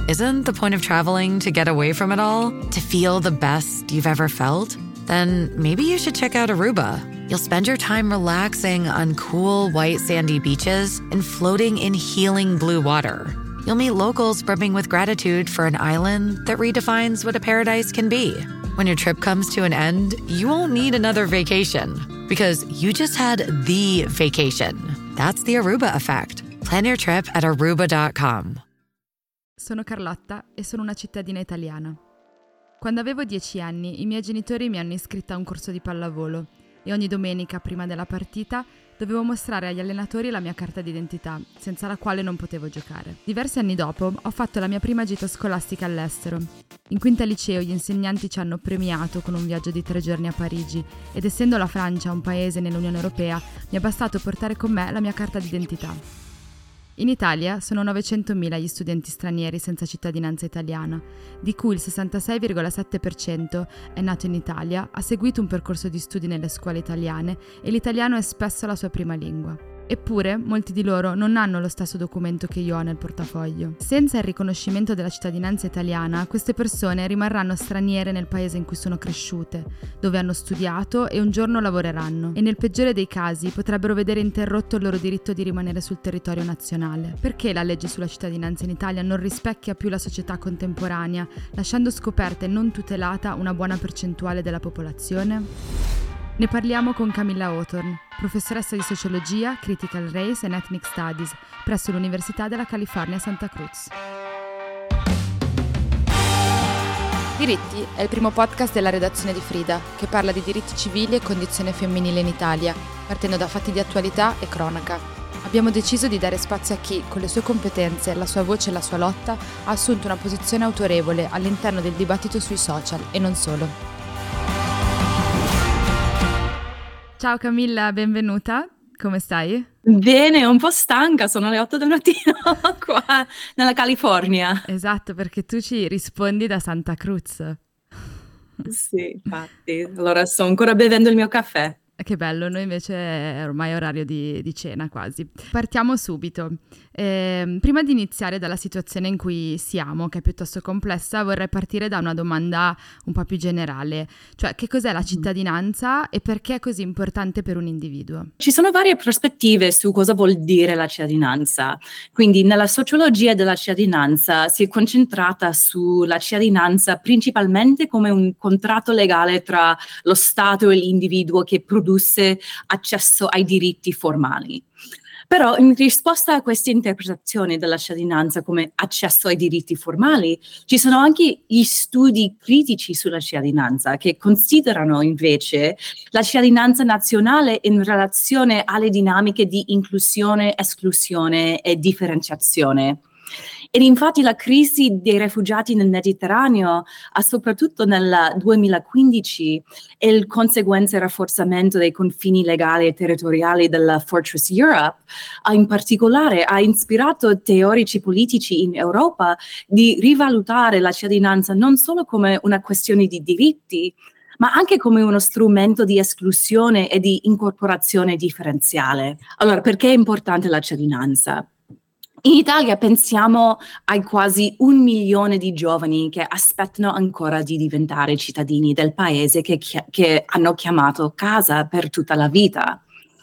Isn't the point of traveling to get away from it all? To feel the best you've ever felt? Then maybe you should check out Aruba. You'll spend your time relaxing on cool, white, sandy beaches and floating in healing blue water. You'll meet locals brimming with gratitude for an island that redefines what a paradise can be. When your trip comes to an end, you won't need another vacation because you just had the vacation. That's the Aruba effect. Plan your trip at aruba.com. Sono Carlotta e sono una cittadina italiana. Quando avevo 10 anni, i miei genitori mi hanno iscritta a un corso di pallavolo e ogni domenica, prima della partita, dovevo mostrare agli allenatori la mia carta d'identità, senza la quale non potevo giocare. Diversi anni dopo, ho fatto la mia prima gita scolastica all'estero. In quinta liceo gli insegnanti ci hanno premiato con un viaggio di 3 giorni a Parigi ed essendo la Francia un paese nell'Unione Europea, mi è bastato portare con me la mia carta d'identità. In Italia sono 900.000 gli studenti stranieri senza cittadinanza italiana, di cui il 66,7% è nato in Italia, ha seguito un percorso di studi nelle scuole italiane e l'italiano è spesso la sua prima lingua. Eppure, molti di loro non hanno lo stesso documento che io ho nel portafoglio. Senza il riconoscimento della cittadinanza italiana, queste persone rimarranno straniere nel paese in cui sono cresciute, dove hanno studiato e un giorno lavoreranno, e nel peggiore dei casi potrebbero vedere interrotto il loro diritto di rimanere sul territorio nazionale. Perché la legge sulla cittadinanza in Italia non rispecchia più la società contemporanea, lasciando scoperta e non tutelata una buona percentuale della popolazione? Ne parliamo con Camilla Hawthorne, professoressa di Sociologia, Critical Race and Ethnic Studies presso l'Università della California Santa Cruz. Diritti è il primo podcast della redazione di Frida, che parla di diritti civili e condizione femminile in Italia, partendo da fatti di attualità e cronaca. Abbiamo deciso di dare spazio a chi, con le sue competenze, la sua voce e la sua lotta, ha assunto una posizione autorevole all'interno del dibattito sui social e non solo. Ciao Camilla, benvenuta. Come stai? Bene, un po' stanca, sono le 8 del mattino qua nella California. Esatto, perché tu ci rispondi da Santa Cruz. Sì, infatti. Allora sto ancora bevendo il mio caffè. Che bello, noi invece è ormai orario di cena quasi. Partiamo subito. Prima di iniziare dalla situazione in cui siamo, che è piuttosto complessa, vorrei partire da una domanda un po' più generale. Cioè, che cos'è la cittadinanza e perché è così importante per un individuo? Ci sono varie prospettive su cosa vuol dire la cittadinanza. Quindi nella sociologia della cittadinanza si è concentrata sulla cittadinanza principalmente come un contratto legale tra lo Stato e l'individuo che produce accesso ai diritti formali. Però in risposta a questa interpretazione della cittadinanza come accesso ai diritti formali, ci sono anche gli studi critici sulla cittadinanza che considerano invece la cittadinanza nazionale in relazione alle dinamiche di inclusione, esclusione e differenziazione. Ed infatti la crisi dei rifugiati nel Mediterraneo, soprattutto nel 2015, e il conseguente rafforzamento dei confini legali e territoriali della Fortress Europe, in particolare ha ispirato teorici politici in Europa di rivalutare la cittadinanza non solo come una questione di diritti, ma anche come uno strumento di esclusione e di incorporazione differenziale. Allora, perché è importante la cittadinanza? In Italia pensiamo ai quasi 1 milione di giovani che aspettano ancora di diventare cittadini del paese che hanno chiamato casa per tutta la vita.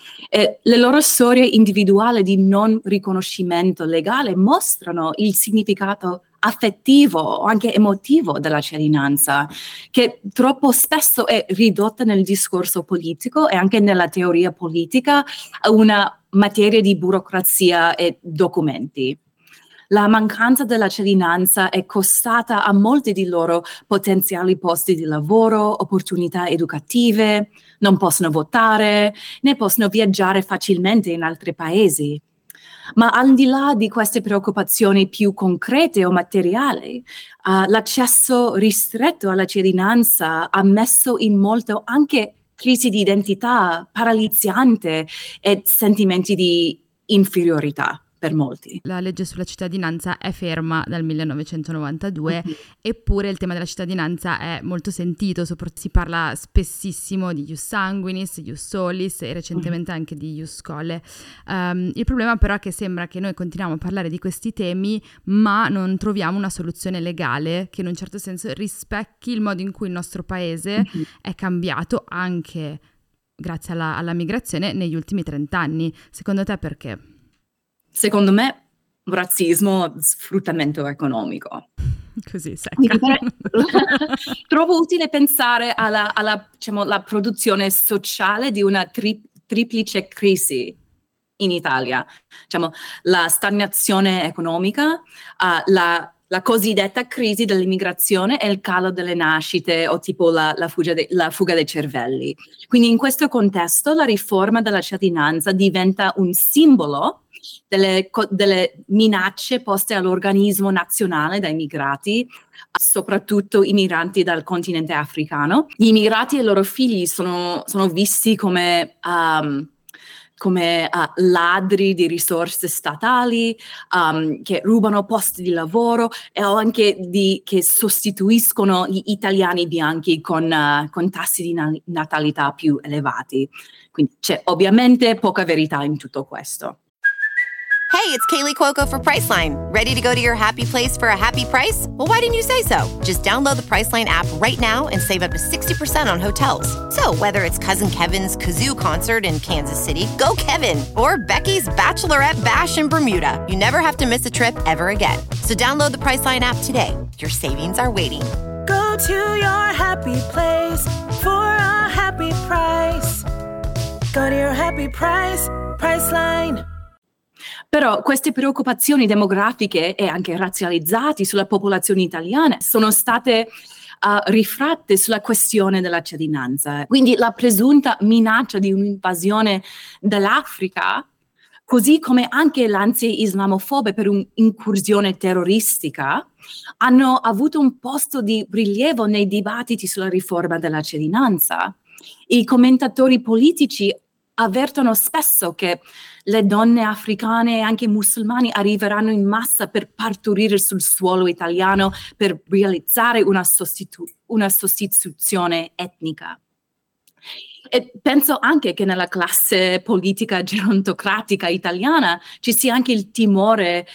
E le loro storie individuali di non riconoscimento legale mostrano il significato affettivo o anche emotivo della cittadinanza, che troppo spesso è ridotta nel discorso politico e anche nella teoria politica a una materia di burocrazia e documenti. La mancanza della cittadinanza è costata a molti di loro potenziali posti di lavoro, opportunità educative, non possono votare, né possono viaggiare facilmente in altri paesi. Ma al di là di queste preoccupazioni più concrete o materiali, l'accesso ristretto alla cittadinanza ha messo in moto anche crisi di identità paralizzante e sentimenti di inferiorità, per molti. La legge sulla cittadinanza è ferma dal 1992, eppure il tema della cittadinanza è molto sentito, si parla spessissimo di ius sanguinis, ius solis e recentemente anche di ius scholae. Il problema però è che sembra che noi continuiamo a parlare di questi temi, ma non troviamo una soluzione legale che in un certo senso rispecchi il modo in cui il nostro paese è cambiato anche grazie alla migrazione negli ultimi 30 anni. Secondo te perché? Secondo me razzismo, sfruttamento economico. Così secca. Quindi trovo utile pensare alla diciamo, la produzione sociale di una triplice crisi in Italia. Diciamo, la stagnazione economica, la cosiddetta crisi dell'immigrazione e il calo delle nascite o tipo la fuga dei cervelli. Quindi in questo contesto la riforma della cittadinanza diventa un simbolo delle minacce poste all'organismo nazionale dai migrati, soprattutto i migranti dal continente africano. Gli immigrati e i loro figli sono visti come ladri di risorse statali, che rubano posti di lavoro e anche che sostituiscono gli italiani bianchi con tassi di natalità più elevati. Quindi c'è ovviamente poca verità in tutto questo. Hey, it's Kaylee Cuoco for Priceline. Ready to go to your happy place for a happy price? Well, why didn't you say so? Just download the Priceline app right now and save up to 60% on hotels. So whether it's Cousin Kevin's Kazoo Concert in Kansas City, go Kevin, or Becky's Bachelorette Bash in Bermuda, you never have to miss a trip ever again. So download the Priceline app today. Your savings are waiting. Go to your happy place for a happy price. Go to your happy price, Priceline. Però queste preoccupazioni demografiche e anche razzializzate sulla popolazione italiana sono state rifratte sulla questione della cittadinanza. Quindi la presunta minaccia di un'invasione dell'Africa, così come anche le ansie islamofobe per un'incursione terroristica, hanno avuto un posto di rilievo nei dibattiti sulla riforma della cittadinanza. I commentatori politici avvertono spesso che le donne africane e anche musulmane arriveranno in massa per partorire sul suolo italiano per realizzare una sostituzione etnica. E penso anche che nella classe politica gerontocratica italiana ci sia anche il timore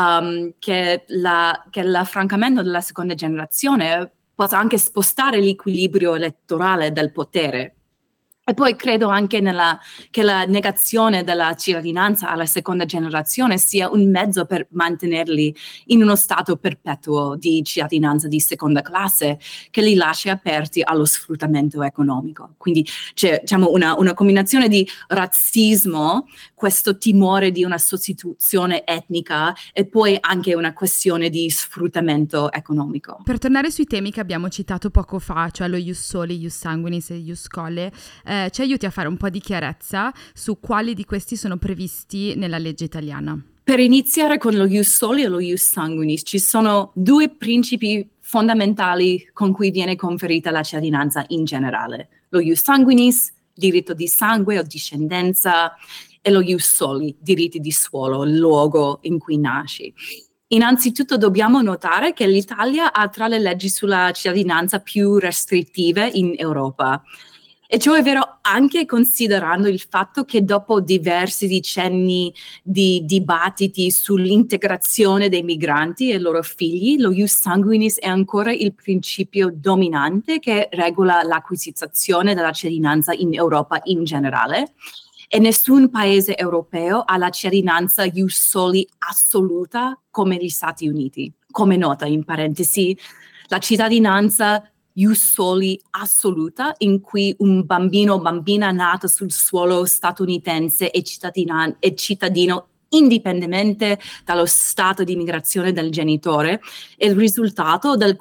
che l'affrancamento della seconda generazione possa anche spostare l'equilibrio elettorale del potere. E poi credo anche che la negazione della cittadinanza alla seconda generazione sia un mezzo per mantenerli in uno stato perpetuo di cittadinanza di seconda classe che li lascia aperti allo sfruttamento economico. Quindi c'è diciamo, una combinazione di razzismo, questo timore di una sostituzione etnica e poi anche una questione di sfruttamento economico. Per tornare sui temi che abbiamo citato poco fa, cioè lo ius soli, ius sanguinis e ius scholae, ci aiuti a fare un po' di chiarezza su quali di questi sono previsti nella legge italiana. Per iniziare con lo ius soli e lo ius sanguinis, ci sono due principi fondamentali con cui viene conferita la cittadinanza in generale. Lo ius sanguinis, diritto di sangue o discendenza, e lo ius soli, diritti di suolo, il luogo in cui nasci. Innanzitutto dobbiamo notare che l'Italia ha tra le leggi sulla cittadinanza più restrittive in Europa. E ciò è vero anche considerando il fatto che dopo diversi decenni di dibattiti sull'integrazione dei migranti e i loro figli, lo ius sanguinis è ancora il principio dominante che regola l'acquisizione della cittadinanza in Europa in generale. E nessun paese europeo ha la cittadinanza ius soli assoluta come gli Stati Uniti. Come nota, in parentesi, la cittadinanza ius soli assoluta, in cui un bambino o bambina nato sul suolo statunitense è cittadino indipendentemente dallo stato di migrazione del genitore, è il risultato del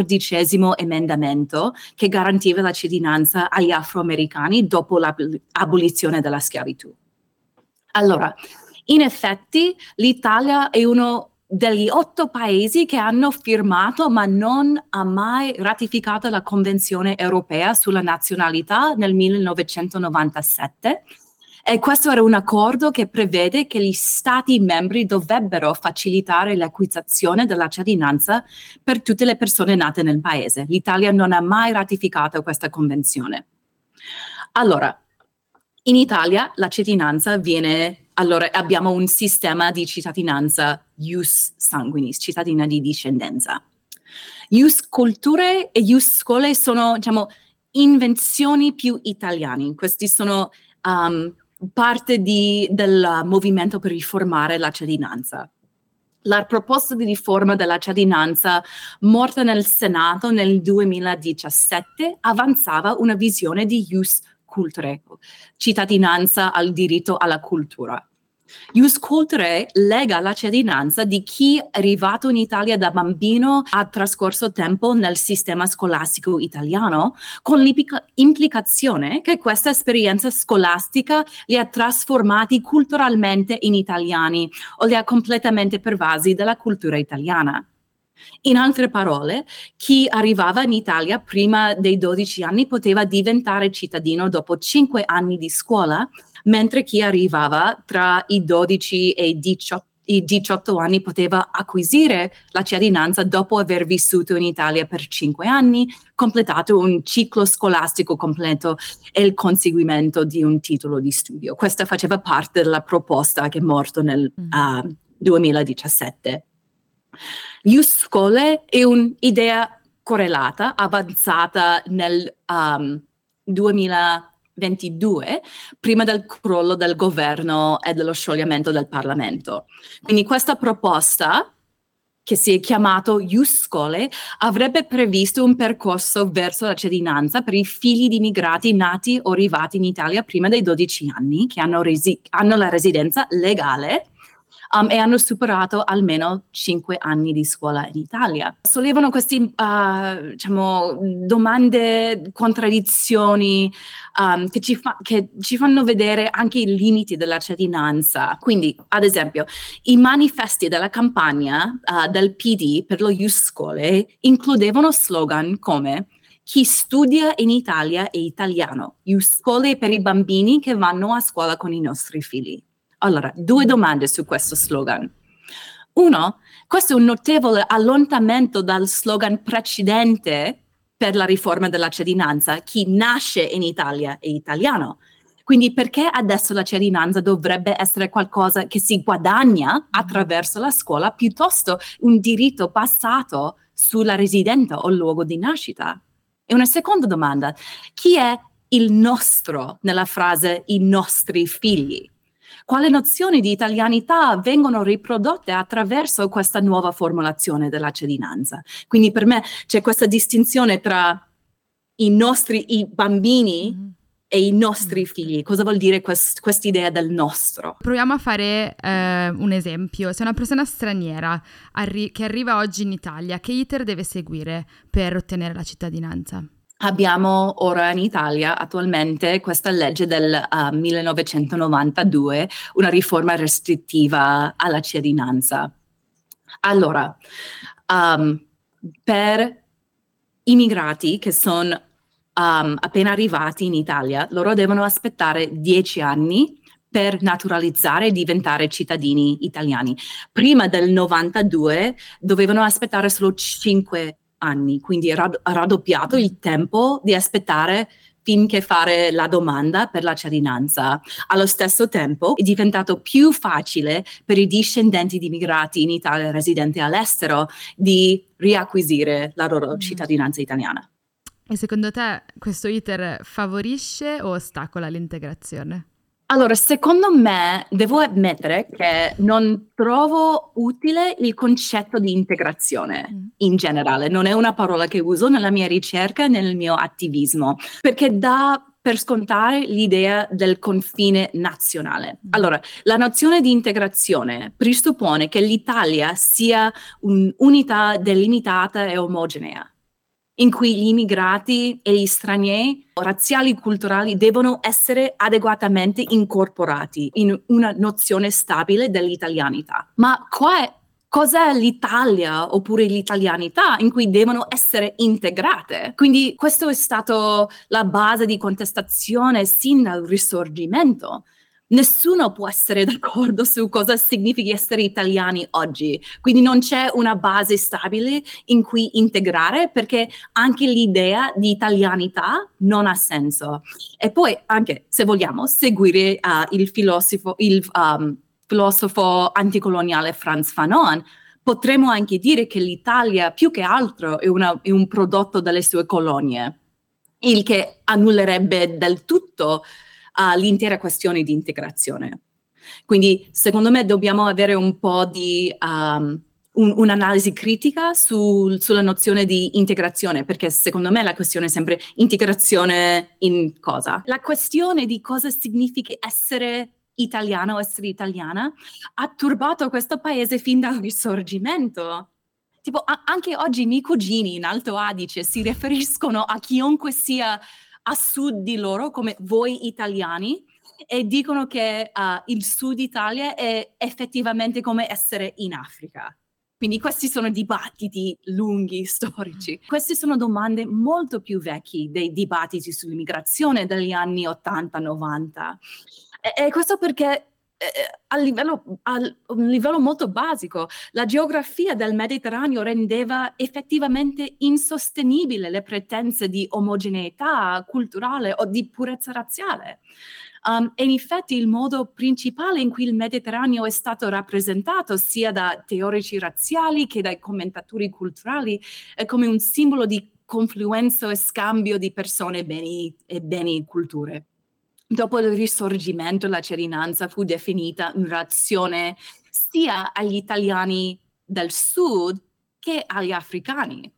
14° emendamento che garantiva la cittadinanza agli afroamericani dopo l'abolizione della schiavitù. Allora, in effetti l'Italia è uno degli 8 paesi che hanno firmato ma non ha mai ratificato la Convenzione europea sulla nazionalità nel 1997 E questo era un accordo che prevede che gli Stati membri dovrebbero facilitare l'acquisizione della cittadinanza per tutte le persone nate nel paese. L'Italia non ha mai ratificato questa convenzione. Allora, in Italia la cittadinanza abbiamo un sistema di cittadinanza ius sanguinis, cittadina di discendenza. Ius culturae e ius scholae sono, invenzioni più italiane. Questi sono parte del movimento per riformare la cittadinanza. La proposta di riforma della cittadinanza, morta nel Senato nel 2017, avanzava una visione di ius culturae, cittadinanza al diritto alla cultura. Ius culturae lega la cittadinanza di chi è arrivato in Italia da bambino, ha trascorso tempo nel sistema scolastico italiano, con l'implicazione che questa esperienza scolastica li ha trasformati culturalmente in italiani o li ha completamente pervasi dalla cultura italiana. In altre parole, chi arrivava in Italia prima dei 12 anni poteva diventare cittadino dopo 5 anni di scuola, mentre chi arrivava tra i 12 e i 18 anni poteva acquisire la cittadinanza dopo aver vissuto in Italia per 5 anni, completato un ciclo scolastico completo e il conseguimento di un titolo di studio. Questa faceva parte della proposta che è morto nel 2017. Ius scholae è un'idea correlata, avanzata nel 2022, prima del crollo del governo e dello scioglimento del Parlamento. Quindi questa proposta, che si è chiamato Ius scholae, avrebbe previsto un percorso verso la cittadinanza per i figli di immigrati nati o arrivati in Italia prima dei 12 anni, che hanno la residenza legale e hanno superato almeno 5 anni di scuola in Italia. Sollevano queste domande, contraddizioni che ci fanno vedere anche i limiti della cittadinanza. Quindi, ad esempio, i manifesti della campagna del PD per lo Ius scholae includevano slogan come "Chi studia in Italia è italiano, Ius scholae per i bambini che vanno a scuola con i nostri figli". Allora, 2 domande su questo slogan. Uno, questo è un notevole allontanamento dal slogan precedente per la riforma della cittadinanza: chi nasce in Italia è italiano. Quindi perché adesso la cittadinanza dovrebbe essere qualcosa che si guadagna attraverso la scuola piuttosto un diritto passato sulla residenza o luogo di nascita? E una seconda domanda, chi è il nostro nella frase "i nostri figli"? Quali nozioni di italianità vengono riprodotte attraverso questa nuova formulazione della cittadinanza? Quindi per me c'è questa distinzione tra i bambini e i nostri figli. Cosa vuol dire quest'idea del nostro? Proviamo a fare un esempio. Se una persona straniera che arriva oggi in Italia, che iter deve seguire per ottenere la cittadinanza? Abbiamo ora in Italia attualmente questa legge del 1992, una riforma restrittiva alla cittadinanza. Allora, per immigrati che sono appena arrivati in Italia, loro devono aspettare 10 anni per naturalizzare e diventare cittadini italiani. Prima del 92 dovevano aspettare solo 5 anni, quindi è raddoppiato il tempo di aspettare finché fare la domanda per la cittadinanza. Allo stesso tempo è diventato più facile per i discendenti di immigrati in Italia residenti all'estero di riacquisire la loro cittadinanza italiana. E secondo te questo iter favorisce o ostacola l'integrazione? Allora, secondo me, devo ammettere che non trovo utile il concetto di integrazione in generale. Non è una parola che uso nella mia ricerca, nel mio attivismo, perché dà per scontare l'idea del confine nazionale. Allora, la nozione di integrazione presuppone che l'Italia sia un'unità delimitata e omogenea, in cui gli immigrati e gli stranieri razziali e culturali devono essere adeguatamente incorporati in una nozione stabile dell'italianità. Ma cos'è l'Italia oppure l'italianità in cui devono essere integrate? Quindi questo è stato la base di contestazione sin dal Risorgimento. nessuno può essere d'accordo su cosa significa essere italiani oggi, quindi non c'è una base stabile in cui integrare, perché anche l'idea di italianità non ha senso. E poi anche, se vogliamo, seguire il filosofo anticoloniale Frantz Fanon, potremmo anche dire che l'Italia più che altro è un prodotto delle sue colonie, il che annullerebbe del tutto l'intera questione di integrazione. Quindi secondo me dobbiamo avere un po' di un'analisi critica sulla nozione di integrazione, perché secondo me la questione è sempre integrazione in cosa? La questione di cosa significa essere italiano o essere italiana ha turbato questo paese fin dal Risorgimento. Tipo, anche oggi i miei cugini in Alto Adige si riferiscono a chiunque sia a sud di loro come voi italiani e dicono che il sud Italia è effettivamente come essere in Africa. Quindi questi sono dibattiti lunghi, storici. Queste sono domande molto più vecchie dei dibattiti sull'immigrazione degli anni 80-90. E questo perché a un livello molto basico, la geografia del Mediterraneo rendeva effettivamente insostenibile le pretese di omogeneità culturale o di purezza razziale. E in effetti il modo principale in cui il Mediterraneo è stato rappresentato, sia da teorici razziali che dai commentatori culturali, è come un simbolo di confluenza e scambio di persone, beni e culture. Dopo il Risorgimento, la cittadinanza fu definita in relazione sia agli italiani del sud che agli africani.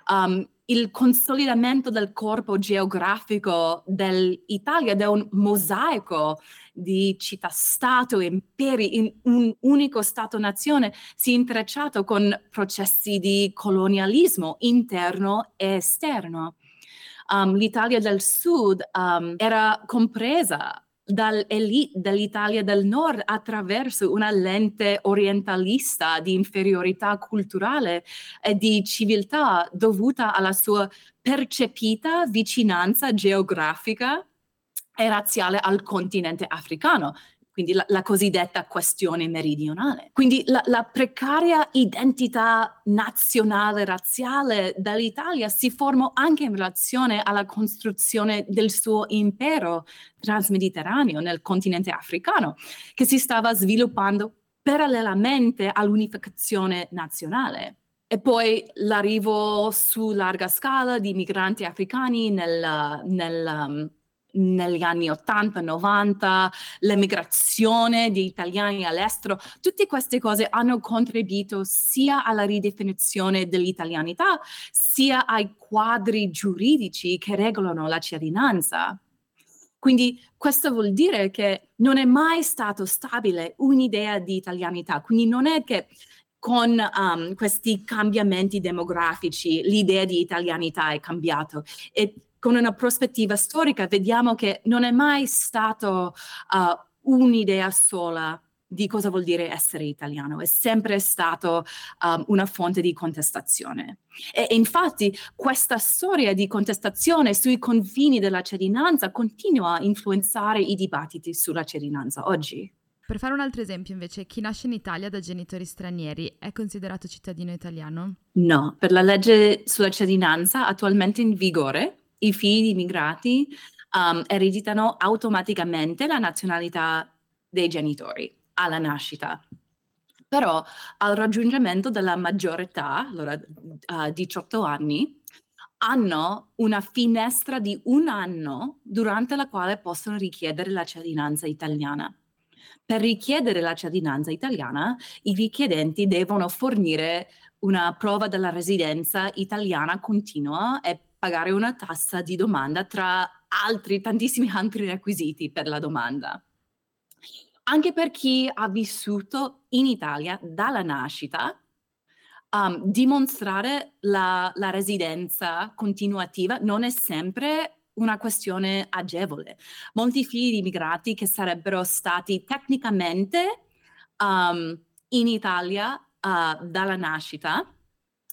Il consolidamento del corpo geografico dell'Italia è un mosaico di città-stato e imperi in un unico Stato-nazione si è intrecciato con processi di colonialismo interno e esterno. L'Italia del Sud era compresa dall'elite dell'Italia del Nord attraverso una lente orientalista di inferiorità culturale e di civiltà dovuta alla sua percepita vicinanza geografica e razziale al continente africano, quindi la cosiddetta questione meridionale. Quindi la precaria identità nazionale razziale dell'Italia si formò anche in relazione alla costruzione del suo impero transmediterraneo nel continente africano, che si stava sviluppando parallelamente all'unificazione nazionale. E poi l'arrivo su larga scala di migranti africani negli anni 80-90, l'emigrazione di italiani all'estero, tutte queste cose hanno contribuito sia alla ridefinizione dell'italianità, sia ai quadri giuridici che regolano la cittadinanza. Quindi questo vuol dire che non è mai stato stabile un'idea di italianità, quindi non è che con questi cambiamenti demografici l'idea di italianità è cambiata. E con una prospettiva storica vediamo che non è mai stato un'idea sola di cosa vuol dire essere italiano, è sempre stato una fonte di contestazione. E infatti questa storia di contestazione sui confini della cittadinanza continua a influenzare i dibattiti sulla cittadinanza oggi. Per fare un altro esempio invece, chi nasce in Italia da genitori stranieri è considerato cittadino italiano? No, per la legge sulla cittadinanza attualmente in vigore, i figli di immigrati ereditano automaticamente la nazionalità dei genitori alla nascita. Però al raggiungimento della maggiore età, allora 18 anni, hanno una finestra di 1 anno durante la quale possono richiedere la cittadinanza italiana. Per richiedere la cittadinanza italiana, i richiedenti devono fornire una prova della residenza italiana continua e pagare una tassa di domanda tra tantissimi altri requisiti per la domanda. Anche per chi ha vissuto in Italia dalla nascita, dimostrare la residenza continuativa non è sempre una questione agevole. Molti figli di immigrati che sarebbero stati tecnicamente in Italia dalla nascita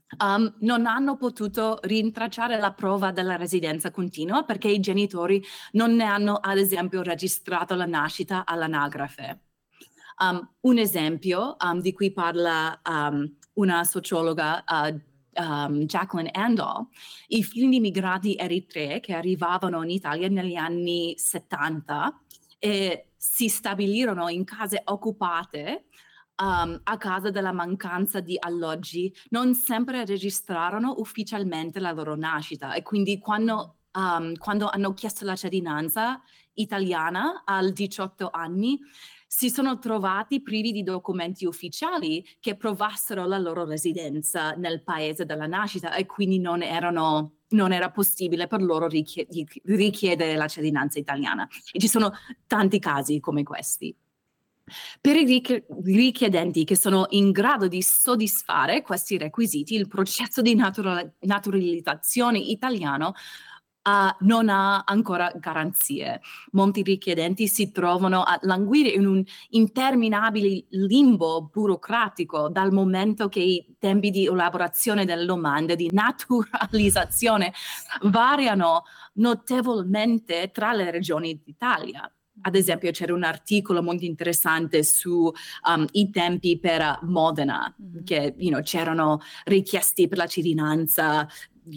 non hanno potuto rintracciare la prova della residenza continua perché i genitori non ne hanno, ad esempio, registrato la nascita all'anagrafe. Un esempio di cui parla una sociologa, Jacqueline Andall, i figli di immigrati eritrei che arrivavano in Italia negli anni 70 e si stabilirono in case occupate a causa della mancanza di alloggi, non sempre registrarono ufficialmente la loro nascita e quindi quando hanno chiesto la cittadinanza italiana a 18 anni si sono trovati privi di documenti ufficiali che provassero la loro residenza nel paese della nascita e quindi non era possibile per loro richiedere la cittadinanza italiana. E ci sono tanti casi come questi. Per i richiedenti che sono in grado di soddisfare questi requisiti, il processo di naturalizzazione italiano non ha ancora garanzie. Molti richiedenti si trovano a languire in un interminabile limbo burocratico dal momento che i tempi di elaborazione delle domande di naturalizzazione variano notevolmente tra le regioni d'Italia. Ad esempio c'era un articolo molto interessante su i tempi per Modena, che c'erano richiesti per la cittadinanza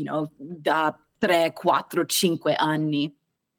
da 3, 4, 5 anni.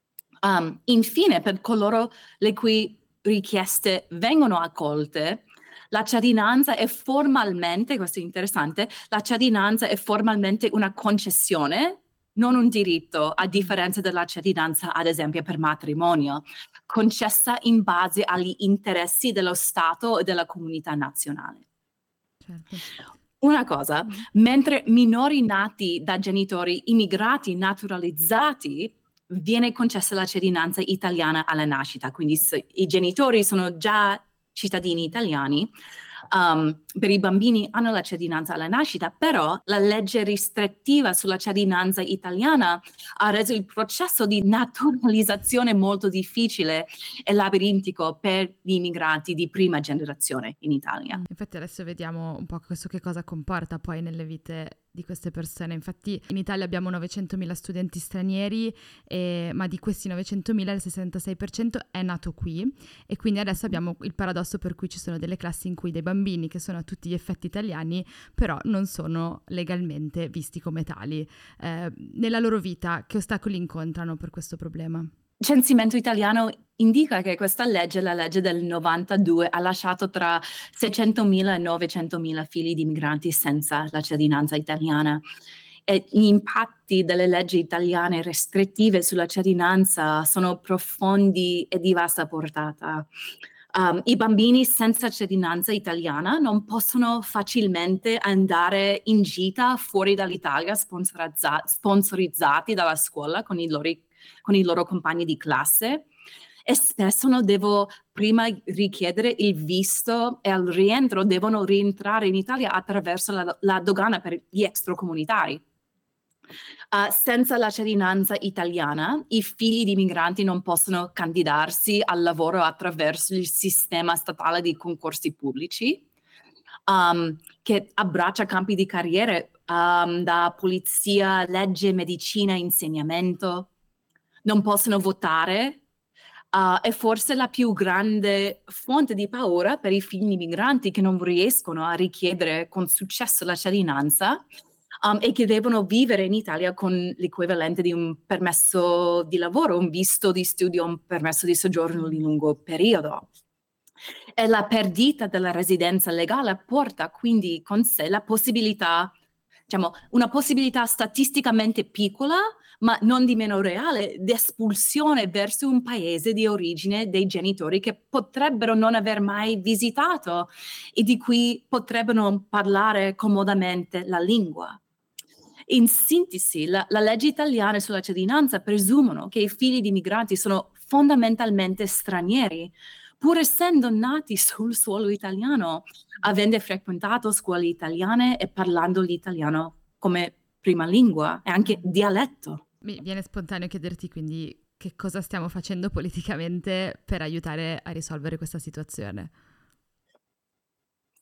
Infine, per coloro le cui richieste vengono accolte, la cittadinanza è formalmente, questo è interessante, la cittadinanza è formalmente una concessione, non un diritto, a differenza della cittadinanza, ad esempio, per matrimonio, concessa in base agli interessi dello Stato e della comunità nazionale. Certo. Una cosa, mentre minori nati da genitori immigrati naturalizzati viene concessa la cittadinanza italiana alla nascita, quindi se i genitori sono già cittadini italiani, per i bambini hanno la cittadinanza alla nascita, però la legge restrittiva sulla cittadinanza italiana ha reso il processo di naturalizzazione molto difficile e labirintico per gli immigrati di prima generazione in Italia. Infatti adesso vediamo un po' questo che cosa comporta poi nelle vite di queste persone. Infatti in Italia abbiamo 900.000 studenti stranieri, ma di questi 900.000 il 66% è nato qui e quindi adesso abbiamo il paradosso per cui ci sono delle classi in cui dei bambini che sono a tutti gli effetti italiani però non sono legalmente visti come tali. Nella loro vita che ostacoli incontrano per questo problema? Il censimento italiano indica che questa legge, la legge del 92, ha lasciato tra 600.000 e 900.000 figli di migranti senza la cittadinanza italiana. E gli impatti delle leggi italiane restrittive sulla cittadinanza sono profondi e di vasta portata. I bambini senza cittadinanza italiana non possono facilmente andare in gita fuori dall'Italia sponsorizzati dalla scuola con i loro compagni di classe e spesso devono prima richiedere il visto e al rientro devono rientrare in Italia attraverso la dogana per gli extracomunitari. Senza la cittadinanza italiana, i figli di migranti non possono candidarsi al lavoro attraverso il sistema statale di concorsi pubblici, che abbraccia campi di carriere da polizia, legge, medicina, insegnamento. Non possono votare. È forse la più grande fonte di paura per i figli migranti che non riescono a richiedere con successo la cittadinanza e che devono vivere in Italia con l'equivalente di un permesso di lavoro, un visto di studio, un permesso di soggiorno di lungo periodo. E la perdita della residenza legale porta quindi con sé la possibilità, una possibilità statisticamente piccola, ma non di meno reale, di espulsione verso un paese di origine dei genitori che potrebbero non aver mai visitato e di cui potrebbero parlare comodamente la lingua. In sintesi, la legge italiana sulla cittadinanza presumono che i figli di migranti sono fondamentalmente stranieri, pur essendo nati sul suolo italiano, avendo frequentato scuole italiane e parlando l'italiano come prima lingua e anche dialetto. Mi viene spontaneo chiederti quindi che cosa stiamo facendo politicamente per aiutare a risolvere questa situazione. Sì,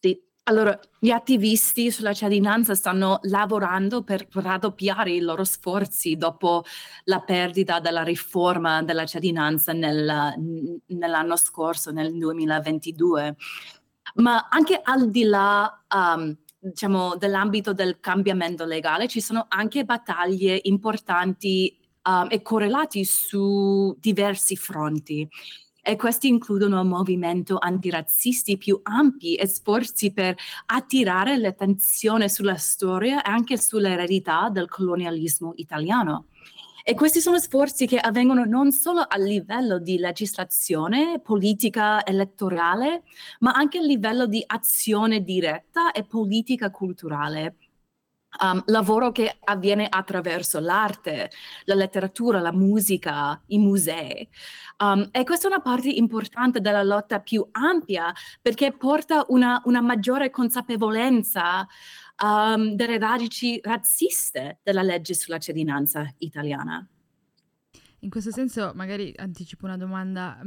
Allora, gli attivisti sulla cittadinanza stanno lavorando per raddoppiare i loro sforzi dopo la perdita della riforma della cittadinanza nell'anno scorso, nel 2022. Ma anche al di là, diciamo, dell'ambito del cambiamento legale, ci sono anche battaglie importanti, e correlati su diversi fronti. E questi includono movimenti antirazzisti più ampi e sforzi per attirare l'attenzione sulla storia e anche sull'eredità del colonialismo italiano. E questi sono sforzi che avvengono non solo a livello di legislazione, politica, elettorale, ma anche a livello di azione diretta e politica culturale. Lavoro che avviene attraverso l'arte, la letteratura, la musica, i musei. E questa è una parte importante della lotta più ampia perché porta una maggiore consapevolezza delle radici razziste della legge sulla cittadinanza italiana. In questo senso, magari anticipo una domanda,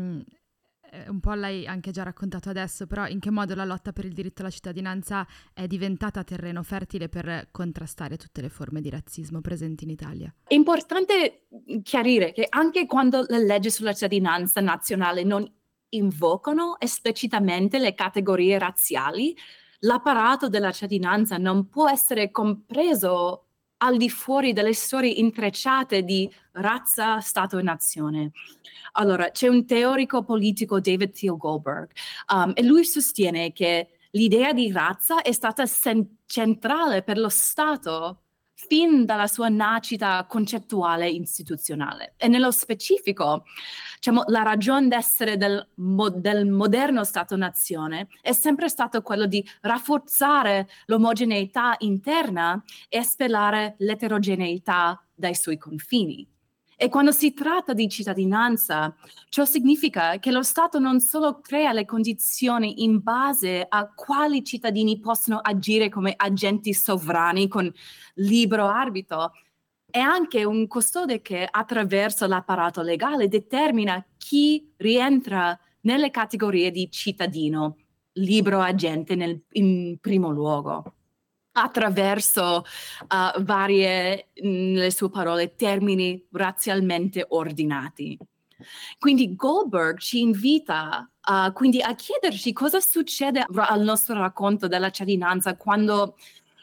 un po' l'hai anche già raccontato adesso, però in che modo la lotta per il diritto alla cittadinanza è diventata terreno fertile per contrastare tutte le forme di razzismo presenti in Italia? È importante chiarire che anche quando le leggi sulla cittadinanza nazionale non invocano esplicitamente le categorie razziali, l'apparato della cittadinanza non può essere compreso al di fuori delle storie intrecciate di razza, Stato e nazione. Allora, c'è un teorico politico, David Thiel Goldberg, e lui sostiene che l'idea di razza è stata centrale per lo Stato fin dalla sua nascita concettuale istituzionale. E nello specifico, diciamo, la ragione d'essere del moderno Stato-nazione è sempre stato quello di rafforzare l'omogeneità interna e espellere l'eterogeneità dai suoi confini. E quando si tratta di cittadinanza, ciò significa che lo Stato non solo crea le condizioni in base a quali cittadini possono agire come agenti sovrani con libero arbitro, è anche un custode che attraverso l'apparato legale determina chi rientra nelle categorie di cittadino, libero agente in primo luogo, attraverso varie, nelle sue parole, termini razzialmente ordinati. Quindi Goldberg ci invita quindi a chiederci cosa succede al nostro racconto della cittadinanza quando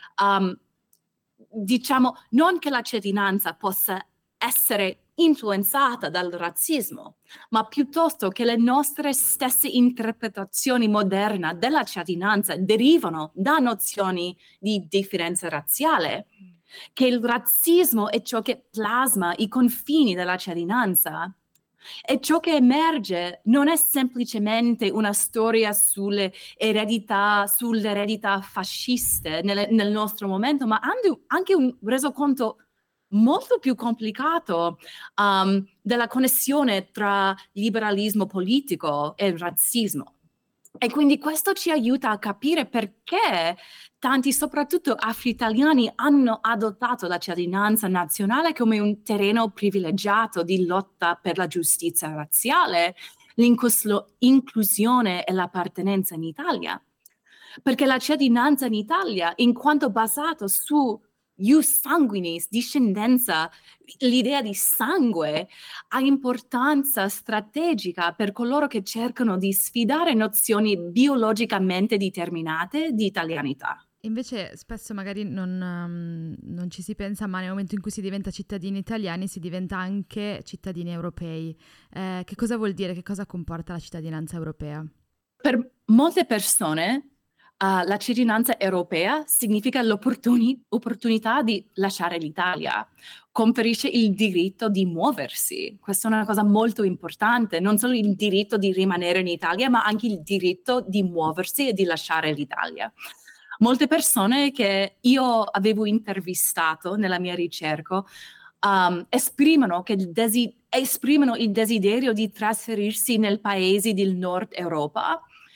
diciamo non che la cittadinanza possa essere influenzata dal razzismo, ma piuttosto che le nostre stesse interpretazioni moderne della cittadinanza derivano da nozioni di differenza razziale, che il razzismo è ciò che plasma i confini della cittadinanza. E ciò che emerge non è semplicemente una storia sulle eredità fasciste nel nostro momento, ma anche un resoconto molto più complicato della connessione tra liberalismo politico e razzismo. E quindi questo ci aiuta a capire perché tanti, soprattutto afro-italiani, hanno adottato la cittadinanza nazionale come un terreno privilegiato di lotta per la giustizia razziale, l'inclusione e l'appartenenza in Italia. Perché la cittadinanza in Italia, in quanto basato su ius sanguinis, discendenza, l'idea di sangue, ha importanza strategica per coloro che cercano di sfidare nozioni biologicamente determinate di italianità. Invece spesso magari non ci si pensa, ma nel momento in cui si diventa cittadini italiani si diventa anche cittadini europei. Che cosa vuol dire? Che cosa comporta la cittadinanza europea? Per molte persone la cittadinanza europea significa l'opportunità di lasciare l'Italia, conferisce il diritto di muoversi. Questa è una cosa molto importante, non solo il diritto di rimanere in Italia, ma anche il diritto di muoversi e di lasciare l'Italia. Molte persone che io avevo intervistato nella mia ricerca esprimono il desiderio di trasferirsi nei paesi del Nord Europa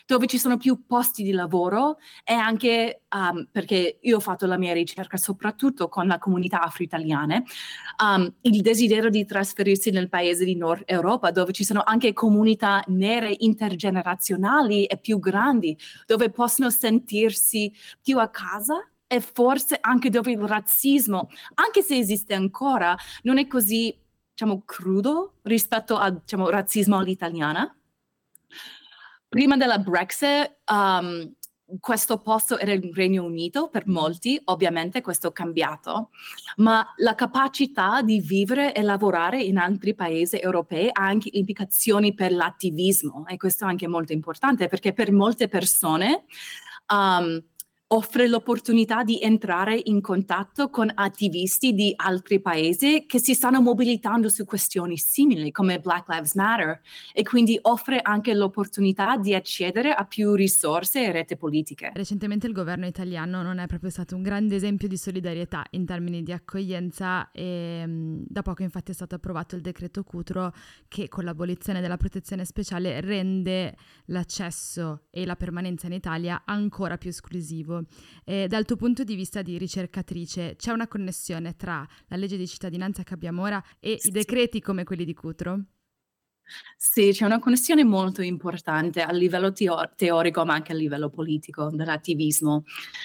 dove ci sono più posti di lavoro e anche perché io ho fatto la mia ricerca soprattutto con la comunità afro-italiane, il desiderio di trasferirsi nel paese di Nord Europa dove ci sono anche comunità nere intergenerazionali e più grandi, dove possono sentirsi più a casa e forse anche dove il razzismo, anche se esiste ancora, non è così, diciamo, crudo rispetto al, diciamo, razzismo all'italiana. Prima della Brexit, questo posto era il Regno Unito per molti, ovviamente questo è cambiato, ma la capacità di vivere e lavorare in altri paesi europei ha anche implicazioni per l'attivismo e questo è anche molto importante perché per molte persone offre l'opportunità di entrare in contatto con attivisti di altri paesi che si stanno mobilitando su questioni simili come Black Lives Matter e quindi offre anche l'opportunità di accedere a più risorse e rete politiche. Recentemente il governo italiano non è proprio stato un grande esempio di solidarietà in termini di accoglienza e da poco infatti è stato approvato il decreto Cutro che con l'abolizione della protezione speciale rende l'accesso e la permanenza in Italia ancora più esclusivo. Dal tuo punto di vista di ricercatrice, c'è una connessione tra la legge di cittadinanza che abbiamo ora e i decreti come quelli di Cutro? Sì, c'è una connessione molto importante a livello teorico, ma anche a livello politico dell'attivismo.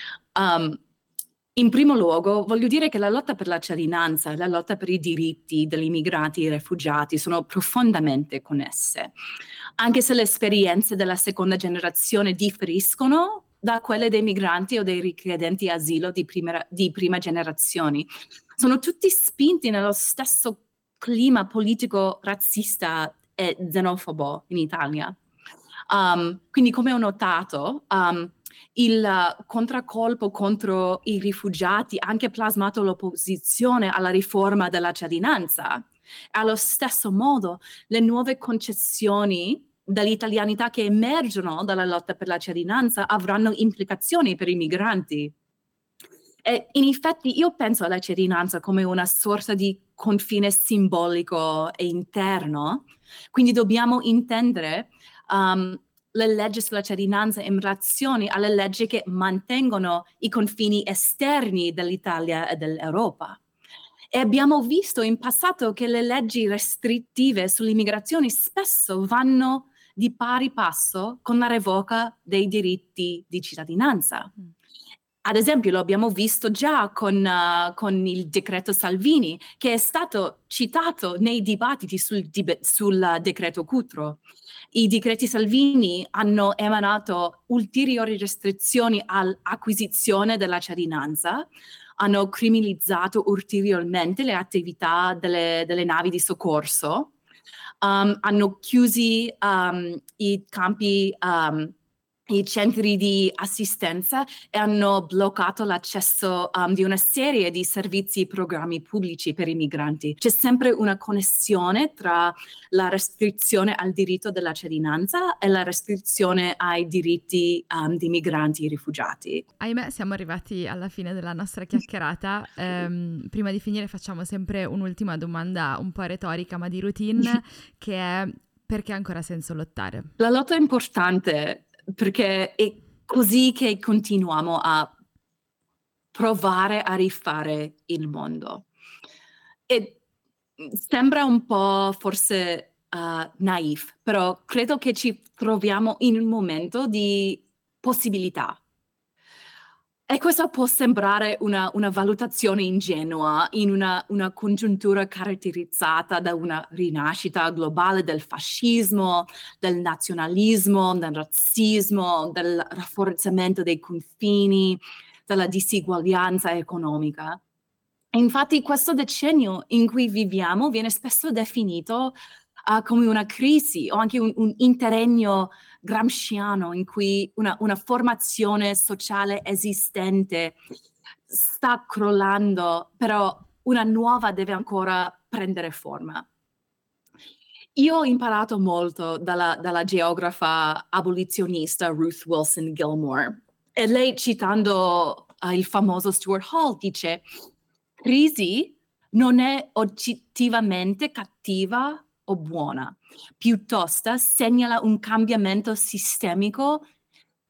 In primo luogo, voglio dire che la lotta per la cittadinanza e la lotta per i diritti degli immigrati e rifugiati sono profondamente connesse, anche se le esperienze della seconda generazione differiscono da quelle dei migranti o dei richiedenti asilo di prima generazione. Sono tutti spinti nello stesso clima politico razzista e xenofobo in Italia. Quindi come ho notato, il contraccolpo contro i rifugiati ha anche plasmato l'opposizione alla riforma della cittadinanza. Allo stesso modo, le nuove concezioni dell'italianità che emergono dalla lotta per la cittadinanza avranno implicazioni per i migranti. E in effetti io penso alla cittadinanza come una sorta di confine simbolico e interno, quindi dobbiamo intendere le leggi sulla cittadinanza in relazione alle leggi che mantengono i confini esterni dell'Italia e dell'Europa. E abbiamo visto in passato che le leggi restrittive sull'immigrazione spesso vanno di pari passo con la revoca dei diritti di cittadinanza. Ad esempio lo abbiamo visto già con il decreto Salvini, che è stato citato nei dibattiti sul decreto Cutro. I decreti Salvini hanno emanato ulteriori restrizioni all'acquisizione della cittadinanza, hanno criminalizzato ulteriormente le attività delle navi di soccorso, hanno chiusi i campi, i centri di assistenza e hanno bloccato l'accesso di una serie di servizi e programmi pubblici per i migranti. C'è sempre una connessione tra la restrizione al diritto della cittadinanza e la restrizione ai diritti di migranti e rifugiati. Ahimè, siamo arrivati alla fine della nostra chiacchierata. Prima di finire facciamo sempre un'ultima domanda un po' retorica ma di routine, che è: perché ha ancora senso lottare? La lotta è importante perché è così che continuiamo a provare a rifare il mondo. E sembra un po' forse naif, però credo che ci troviamo in un momento di possibilità. E questo può sembrare una valutazione ingenua in una congiuntura caratterizzata da una rinascita globale del fascismo, del nazionalismo, del razzismo, del rafforzamento dei confini, della disuguaglianza economica. E infatti questo decennio in cui viviamo viene spesso definito come una crisi o anche un interregno gramsciano in cui una formazione sociale esistente sta crollando, però una nuova deve ancora prendere forma. Io ho imparato molto dalla geografa abolizionista Ruth Wilson Gilmore e lei, citando il famoso Stuart Hall, dice: crisi non è oggettivamente cattiva o buona, piuttosto segnala un cambiamento sistemico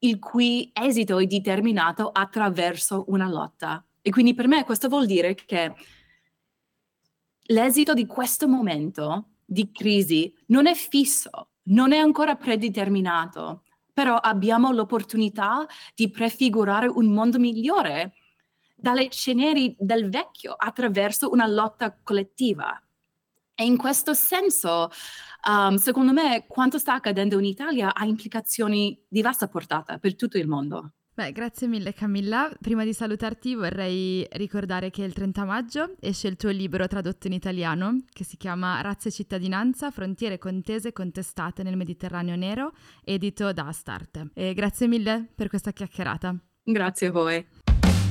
il cui esito è determinato attraverso una lotta. E quindi per me questo vuol dire che l'esito di questo momento di crisi non è fisso, non è ancora predeterminato, però abbiamo l'opportunità di prefigurare un mondo migliore dalle ceneri del vecchio attraverso una lotta collettiva. E in questo senso, secondo me, quanto sta accadendo in Italia ha implicazioni di vasta portata per tutto il mondo. Beh, grazie mille Camilla. Prima di salutarti vorrei ricordare che il 30 maggio esce il tuo libro tradotto in italiano che si chiama Razza e cittadinanza, frontiere contese e contestate nel Mediterraneo nero, edito da Astarte. E grazie mille per questa chiacchierata. Grazie a voi.